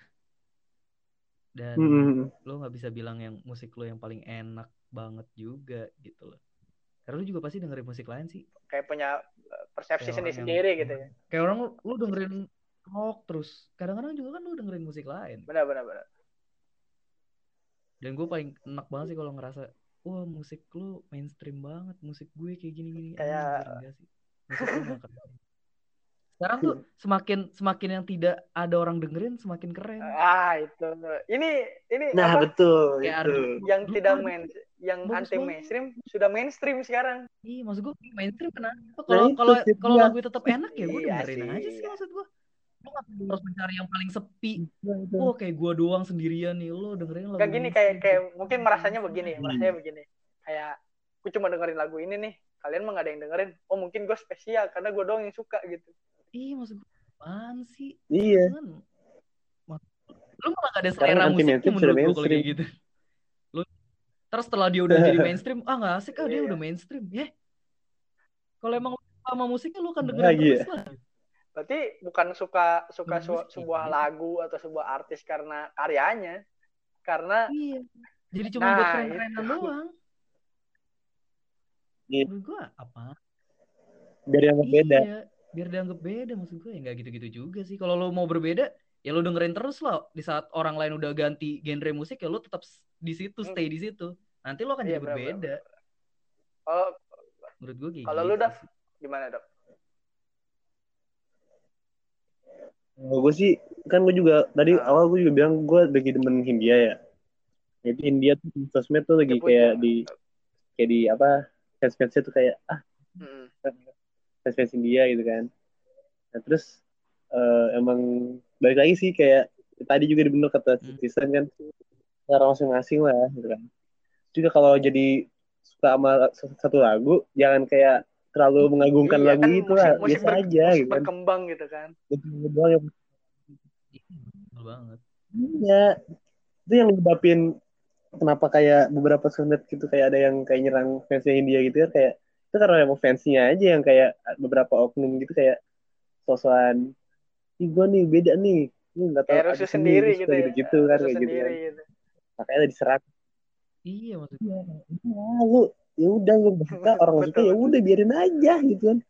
Dan mm-hmm. lo nggak bisa bilang yang musik lo yang paling enak banget juga gitu loh. Karena lo juga pasti dengerin musik lain sih. kayak punya persepsi Kayak sendiri-sendiri yang, gitu ya. Kayak orang lo dengerin rock terus. Kadang-kadang juga kan lo dengerin musik lain. Benar-benar. benar. Dan gue paling enak banget sih kalau ngerasa, wah musik lo mainstream banget, musik gue kayak gini-gini. Kayak anjir, enggak sih. Musik lo gak keren. Sekarang tuh semakin semakin yang tidak ada orang dengerin semakin keren. Ah itu. Ini ini nah, apa? betul Kayak itu. Yang Dulu tidak kan main, yang bagus anti banget. mainstream sudah mainstream sekarang. Iya, maksud gue mainstream kenapa? Nah, Kalau itu kalau sih kalau dia. lagu tetap enak ya gue Iya dengerin sih, aja sih iya. maksud gue. Lo gak perlu harus mencari yang paling sepi. Oh kayak gue doang sendirian nih, lo dengerin lagu Gak gini kayak kayak mungkin merasanya begini, merasanya begini. Kayak gue cuma dengerin lagu ini nih, kalian mah gak ada yang dengerin. Oh mungkin gue spesial karena gue doang yang suka gitu. Iya maksud gue apaan sih? Iya. Cuman Lu malah gak ada Sekarang selera anti musiknya mainstream sudah menurut gue kalau kayak mainstream. gitu. Lu terus setelah dia udah jadi mainstream, ah nggak asik ah dia Iya. udah mainstream. Ya. Kalau emang lu suka sama musiknya lu kan Lagi dengerin terus ya? lah. Berarti bukan suka suka Menurut gue su- sih sebuah gitu. lagu atau sebuah artis karena karyanya, karena Iya. Jadi cuma buat nah keren-kerenan itu doang. Iya. Menurut gue apa? Biar yang beda. Iya, biar dianggap beda maksud gue ya nggak gitu-gitu juga sih. Kalau lo mau berbeda, ya lo dengerin terus lah. Di saat orang lain udah ganti genre musik, ya lo tetap s- di situ, Hmm. stay di situ. Nanti lo akan iya jadi benar berbeda. kalau Menurut gue kayak kalau gitu lu Dap sih. gimana Dap? Kalau gue sih, kan gue juga, tadi Ah. awal gue juga bilang gue lagi demen Hindia ya. Jadi India tuh di sosmed tuh lagi Dia punya. kayak di, kayak di apa, fans-fansnya tuh kayak, ah, Mm-mm. fans-fans India gitu kan. Nah terus, eh, emang balik lagi sih kayak, tadi juga bener kata Hmm. Kristen kan, selera masing-masing lah gitu kan. Juga kalau jadi suka sama satu lagu, jangan kayak terlalu mengagungkan Iya lagu kan itu musik lah, musik, biasa ber- aja musik gitu kan. berkembang gitu kan. Itu doang yang Iya, betul banget. iya. Itu yang nyebabin kenapa kayak beberapa sosmed gitu kayak ada yang kayak nyerang fansnya India gitu kan, kayak itu karena emang fansnya aja yang kayak beberapa oknum gitu kayak sosokan, ih gue nih beda nih, lu nggak tahu Kayak rusuh abis ini sendiri gue suka gitu ya. gitu-gitu kan, Rusuh kayak gitu sendiri kan, gitu. makanya diserang. Iya maksudnya. Ya, lu ya udah lu nggak suka, orang nggak suka Betul, ya betul. udah biarin aja gitu kan.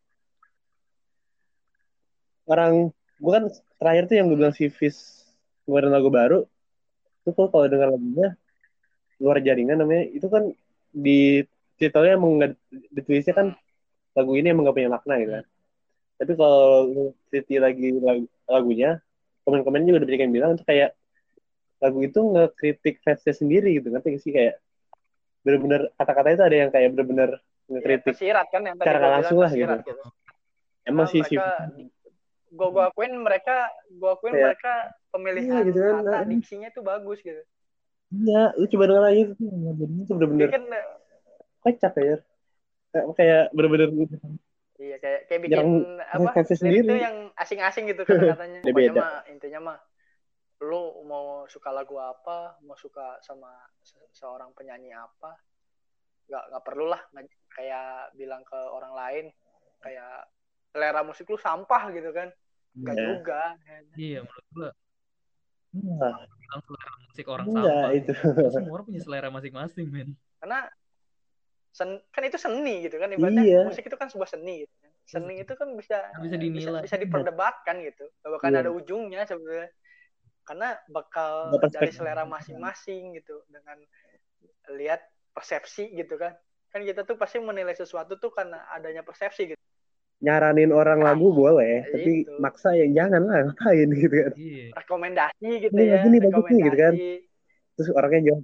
Orang gue kan terakhir tuh yang gue bilang si Fizz ngeluarin lagu baru itu tuh kalau dengar lagunya luar jaringan namanya itu kan di titelnya emang nggak ditulisnya kan Hmm. lagu ini emang nggak punya makna gitu kan. Tapi kalau lu teliti lagi lagu- lagunya, komen-komen juga udah banyak yang bilang itu kayak lagu itu ngekritik fansnya sendiri gitu, ngerti gak sih, kayak bener-bener kata-kata itu ada yang kayak bener-bener Ya, ngekritik tersirat kan yang tadi secara gue nggak bilang langsung lah gitu. tersirat gitu. Emang Karena sih sih mereka gue gua akuin mereka gue akuin Kayak, mereka pemilihan iya gitu kan, kata nah, diksinya tuh bagus gitu. iya, lu coba denger aja itu, jadinya tuh Dia bener-bener kan kocak ya, kayak kayak bener-bener iya kayak kayak bikin nyerang apa fansnya lirik sendiri. tuh yang asing-asing gitu kata-katanya. Dia Pokoknya beda. mah intinya mah lu mau suka lagu apa, mau suka sama se- seorang penyanyi apa, nggak nggak perlu lah nge- kayak bilang ke orang lain kayak selera musik lu sampah gitu kan. Nggak Iya. juga. Iya menurut gue Iya. bilang selera musik orang Enggak, sampah. itu. Karena semua orang punya selera masing-masing men. Karena sen, kan itu seni gitu kan ibaratnya. Iya. Musik itu kan sebuah seni gitu. Seni itu kan bisa Nggak bisa dinilai. bisa, bisa diperdebatkan gitu. Bahkan Iya. ada ujungnya sebenarnya. Karena bakal Nggak dari perspektif. selera masing-masing gitu dengan lihat persepsi gitu kan. Kan kita tuh pasti menilai sesuatu tuh karena adanya persepsi gitu. Nyaranin orang Nah, lagu boleh, itu. tapi maksa yang jangan lah, ngapain gitu kan. Iya. Rekomendasi gitu Ini ya, lagu nih, bagus nih, gitu kan. rekomendasi. Terus orangnya jawab,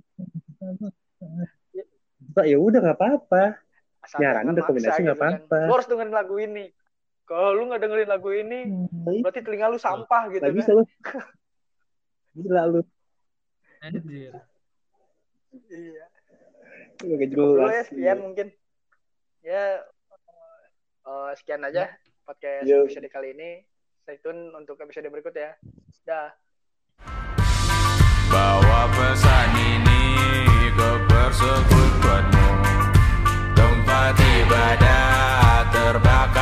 suka ya udah nggak apa-apa. Asal Nyaranin jangan rekomendasi maksa nggak gitu kan. apa-apa. Lu harus dengerin lagu ini. Kalau lu nggak dengerin lagu ini, Hmm, berarti telinga lu sampah gitu nggak kan. bisa lu. Gila lu. Anjir. Iya. Nggak Cukup dulu jelas. ya, sekian mungkin. Ya, uh, sekian aja podcast Yo. episode kali ini. Stay tune untuk episode berikut ya. Dah. Bawa pesan ini ke persekutuanmu, tempat ibadah terbakar.